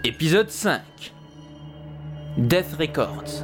Épisode 5. Death Records.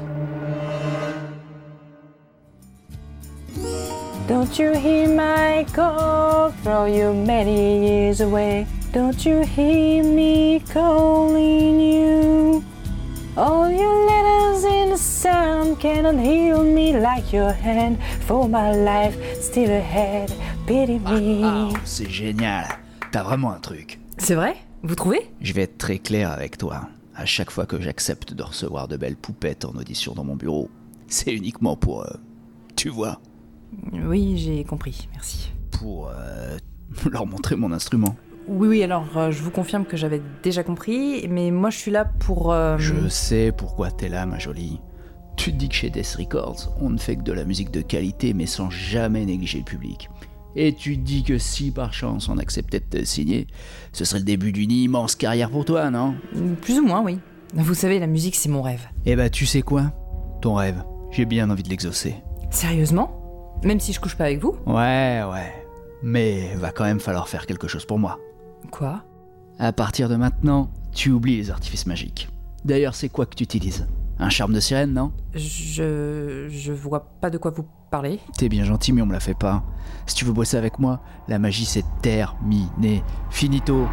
Don't you hear my call from you many years away? Don't you hear me calling you? All your letters in the sound cannot heal me like your hand. For my life still ahead, pity me. C'est génial. T'as vraiment un truc. C'est vrai? Vous trouvez? Je vais être très clair avec toi. À chaque fois que j'accepte de recevoir de belles poupettes en audition dans mon bureau, c'est uniquement pour... tu vois? Oui, j'ai compris, merci. Pour leur montrer mon instrument. Oui, alors je vous confirme que j'avais déjà compris, mais moi je suis là pour... Je sais pourquoi t'es là, ma jolie. Tu te dis que chez Death Records, on ne fait que de la musique de qualité, mais sans jamais négliger le public. Et tu te dis que si par chance on acceptait de te signer, ce serait le début d'une immense carrière pour toi, non? Plus ou moins, oui. Vous savez, la musique c'est mon rêve. Eh bah tu sais quoi? Ton rêve, j'ai bien envie de l'exaucer. Sérieusement? Même si je couche pas avec vous? Ouais. Mais va quand même falloir faire quelque chose pour moi. Quoi? À partir de maintenant, tu oublies les artifices magiques. D'ailleurs, c'est quoi que tu utilises? Un charme de sirène, non? Je vois pas de quoi vous parlez. T'es bien gentil, mais on me la fait pas. Si tu veux bosser avec moi, la magie c'est terminé. Finito.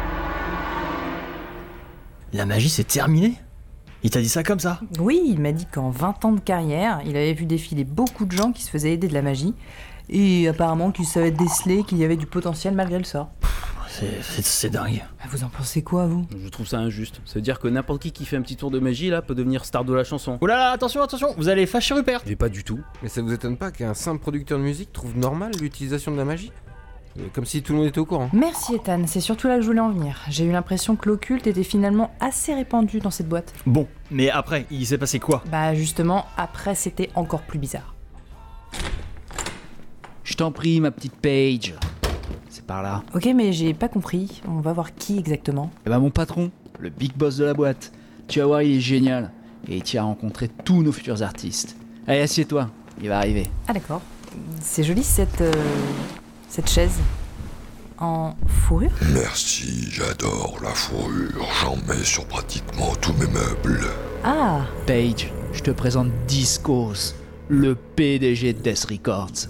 La magie c'est terminé? Il t'a dit ça comme ça? Oui, il m'a dit qu'en 20 ans de carrière, il avait vu défiler beaucoup de gens qui se faisaient aider de la magie, et apparemment qu'il savait déceler qu'il y avait du potentiel malgré le sort. C'est dingue. Vous en pensez quoi, vous? Je trouve ça injuste. Ça veut dire que n'importe qui fait un petit tour de magie là peut devenir star de la chanson. Oh là là, attention, vous allez fâcher Rupert. Mais pas du tout. Mais ça vous étonne pas qu'un simple producteur de musique trouve normal l'utilisation de la magie? Comme si tout le monde était au courant. Merci Ethan, c'est surtout là que je voulais en venir. J'ai eu l'impression que l'occulte était finalement assez répandu dans cette boîte. Bon, mais après, il s'est passé quoi? Bah justement, après c'était encore plus bizarre. Je t'en prie, ma petite Paige. C'est par là. Ok, mais j'ai pas compris. On va voir qui exactement. Eh ben mon patron, le big boss de la boîte. Tu vas voir, il est génial. Et il t'y a rencontré tous nos futurs artistes. Allez, assieds-toi, il va arriver. Ah d'accord. C'est joli cette chaise. En fourrure? Merci, j'adore la fourrure. J'en mets sur pratiquement tous mes meubles. Ah! Paige, je te présente Discos, le PDG de Death Records.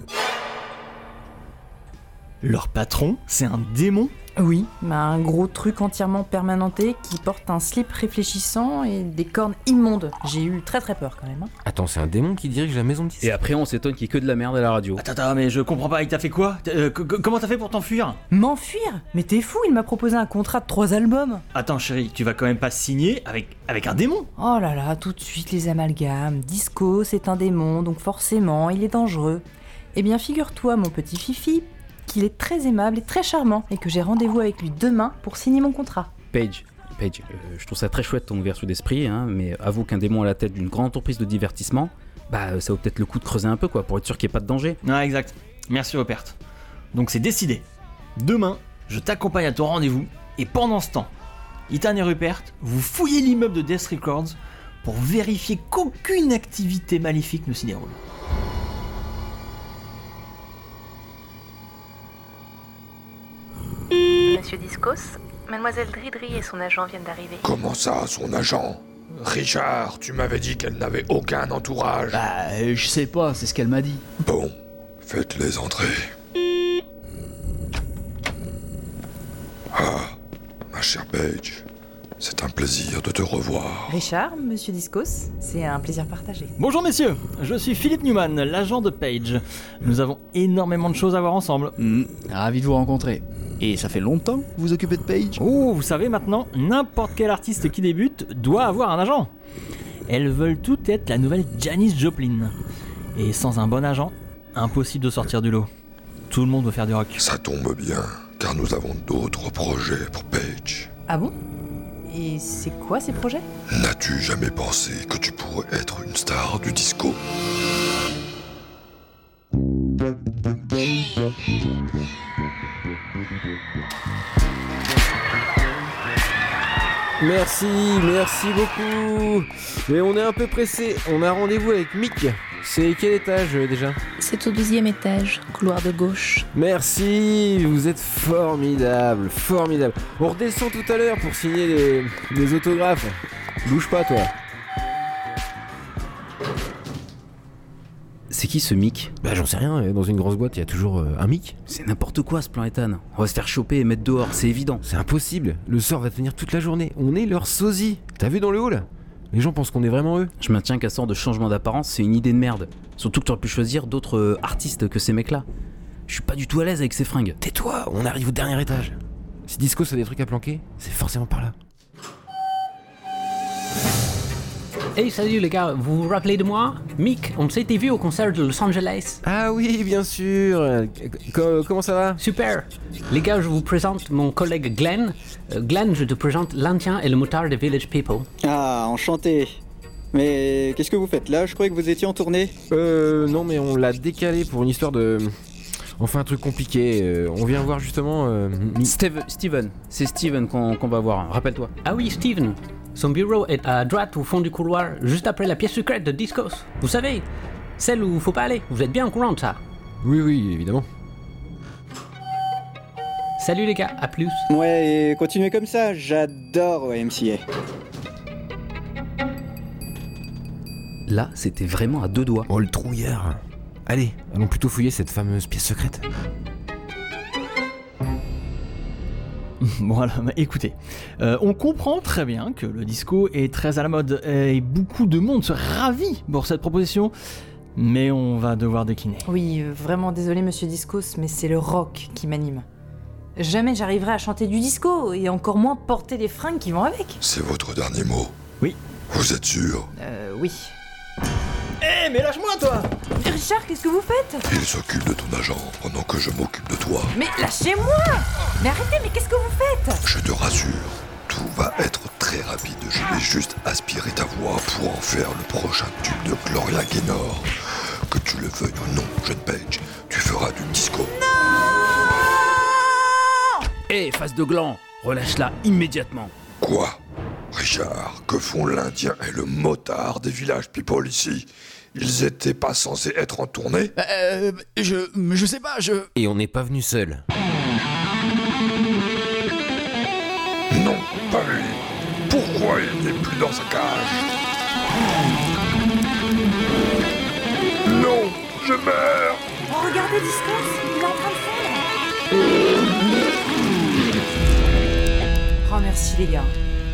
Leur patron, c'est un démon? Oui, un gros truc entièrement permanenté qui porte un slip réfléchissant et des cornes immondes. J'ai eu très peur quand même. Attends, c'est un démon qui dirige la maison de disques. Et après on s'étonne qu'il y ait que de la merde à la radio. Attends, mais je comprends pas, il t'a fait quoi? Comment t'as fait pour t'enfuir? M'enfuir? Mais t'es fou, il m'a proposé un contrat de 3 albums. Attends chérie, tu vas quand même pas signer avec un démon? Oh là là, tout de suite les amalgames. Disco, c'est un démon, donc forcément, il est dangereux. Eh bien, figure-toi, mon petit Fifi, qu'il est très aimable et très charmant, et que j'ai rendez-vous avec lui demain pour signer mon contrat. Paige, je trouve ça très chouette ton ouverture d'esprit, hein, mais avoue qu'un démon à la tête d'une grande entreprise de divertissement, ça vaut peut-être le coup de creuser un peu quoi, pour être sûr qu'il n'y ait pas de danger. Ah exact, merci Rupert. Donc c'est décidé. Demain, je t'accompagne à ton rendez-vous, et pendant ce temps, Ethan et Rupert, vous fouillez l'immeuble de Death Records pour vérifier qu'aucune activité maléfique ne s'y déroule. Monsieur Discos, Mademoiselle Dridri et son agent viennent d'arriver. Comment ça, son agent? Richard, tu m'avais dit qu'elle n'avait aucun entourage. Je sais pas, c'est ce qu'elle m'a dit. Bon, faites-les entrer. Ah, ma chère Paige, c'est un plaisir de te revoir. Richard, monsieur Discos, c'est un plaisir partagé. Bonjour messieurs, je suis Philippe Newman, l'agent de Paige. Nous avons énormément de choses à voir ensemble. Ravi de vous rencontrer. Et ça fait longtemps que vous vous occupez de Paige? Oh, vous savez maintenant, n'importe quel artiste qui débute doit avoir un agent. Elles veulent toutes être la nouvelle Janis Joplin. Et sans un bon agent, impossible de sortir du lot. Tout le monde veut faire du rock. Ça tombe bien, car nous avons d'autres projets pour Paige. Ah bon? Et c'est quoi ces projets? N'as-tu jamais pensé que tu pourrais être une star du disco? Merci beaucoup. Mais on est un peu pressé, on a rendez-vous avec Mick. C'est quel étage déjà ? C'est au 12e étage, couloir de gauche. Merci, vous êtes formidable, formidable. On redescend tout à l'heure pour signer les autographes. Bouge pas toi. C'est qui ce Mick ? Bah j'en sais rien, dans une grosse boîte il y a toujours un mic. C'est n'importe quoi ce plan Ethan. On va se faire choper et mettre dehors, c'est évident. C'est impossible, le sort va tenir toute la journée. On est leur sosie. T'as vu dans le hall ? Les gens pensent qu'on est vraiment eux. Je maintiens qu'à sort de changement d'apparence, c'est une idée de merde. Surtout que t'aurais pu choisir d'autres artistes que ces mecs-là. Je suis pas du tout à l'aise avec ces fringues. Tais-toi, on arrive au dernier étage. Si Disco a des trucs à planquer, c'est forcément par là. Hey, salut les gars, vous vous rappelez de moi ? Mick, on s'était vu au concert de Los Angeles. Ah oui, bien sûr. Comment ça va ? Super. Les gars, je vous présente mon collègue Glenn. Glenn, je te présente l'Indien et le motard de Village People. Ah, enchanté. Mais qu'est-ce que vous faites là ? Je croyais que vous étiez en tournée. Non, mais on l'a décalé pour une histoire de... Enfin, un truc compliqué. On vient voir justement... Steven, c'est Steven qu'on va voir, rappelle-toi. Ah oui, Steven. Son bureau est à droite au fond du couloir, juste après la pièce secrète de Discos. Vous savez, celle où faut pas aller. Vous êtes bien au courant de ça. Oui, évidemment. Salut les gars, à plus. Ouais, et continuez comme ça, j'adore YMCA. Là, c'était vraiment à deux doigts. Oh, le trouillard. Allez, allons plutôt fouiller cette fameuse pièce secrète. Voilà, bah écoutez, on comprend très bien que le disco est très à la mode et beaucoup de monde se ravit pour cette proposition, mais on va devoir décliner. Oui, vraiment désolé monsieur Discos, mais c'est le rock qui m'anime. Jamais j'arriverai à chanter du disco, et encore moins porter les fringues qui vont avec. C'est votre dernier mot ? Oui. Vous êtes sûr ? Oui. Eh, mais lâche-moi toi ! Richard, qu'est-ce que vous faites ? Il s'occupe de ton agent pendant que je m'occupe de toi. Mais lâchez-moi ! Mais arrêtez, mais qu'est-ce que vous faites ? Je te rassure, tout va être très rapide. Je vais juste aspirer ta voix pour en faire le prochain tube de Gloria Gaynor. Que tu le veuilles ou non, jeune Paige, tu feras du disco. Hé, face de gland, relâche-la immédiatement. Quoi ? Richard, que font l'Indien et le motard des Village People ici ? Ils étaient pas censés être en tournée ? Je sais pas, Et on n'est pas venu seul. Non, pas lui. Pourquoi il n'est plus dans sa cage ? Non, je meurs. Oh, regardez Discos, il est en train de fondre. Oh, merci les gars.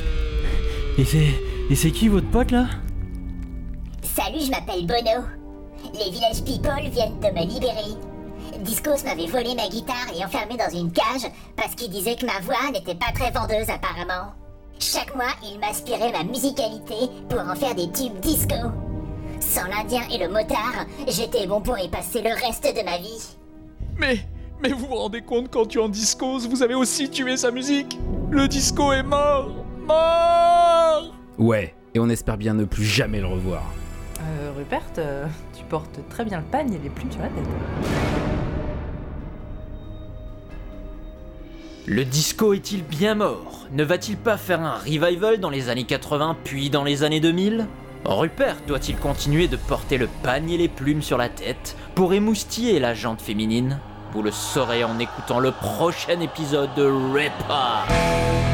Et c'est qui votre pote là ? Salut, je m'appelle Bono. Les Village People viennent de me libérer. Discos m'avait volé ma guitare et enfermé dans une cage parce qu'il disait que ma voix n'était pas très vendeuse apparemment. Chaque mois, il m'aspirait ma musicalité pour en faire des tubes disco. Sans l'Indien et le motard, j'étais bon pour y passer le reste de ma vie. Mais vous vous rendez compte qu'en tuant Discos, vous avez aussi tué sa musique ? Le disco est mort ! Mort ! Ouais, et on espère bien ne plus jamais le revoir. Rupert, tu portes très bien le pagne et les plumes sur la tête. Le disco est-il bien mort ? Ne va-t-il pas faire un revival dans les années 80 puis dans les années 2000 ? Rupert doit-il continuer de porter le pagne et les plumes sur la tête pour émoustiller la jante féminine ? Vous le saurez en écoutant le prochain épisode de Rip Hop.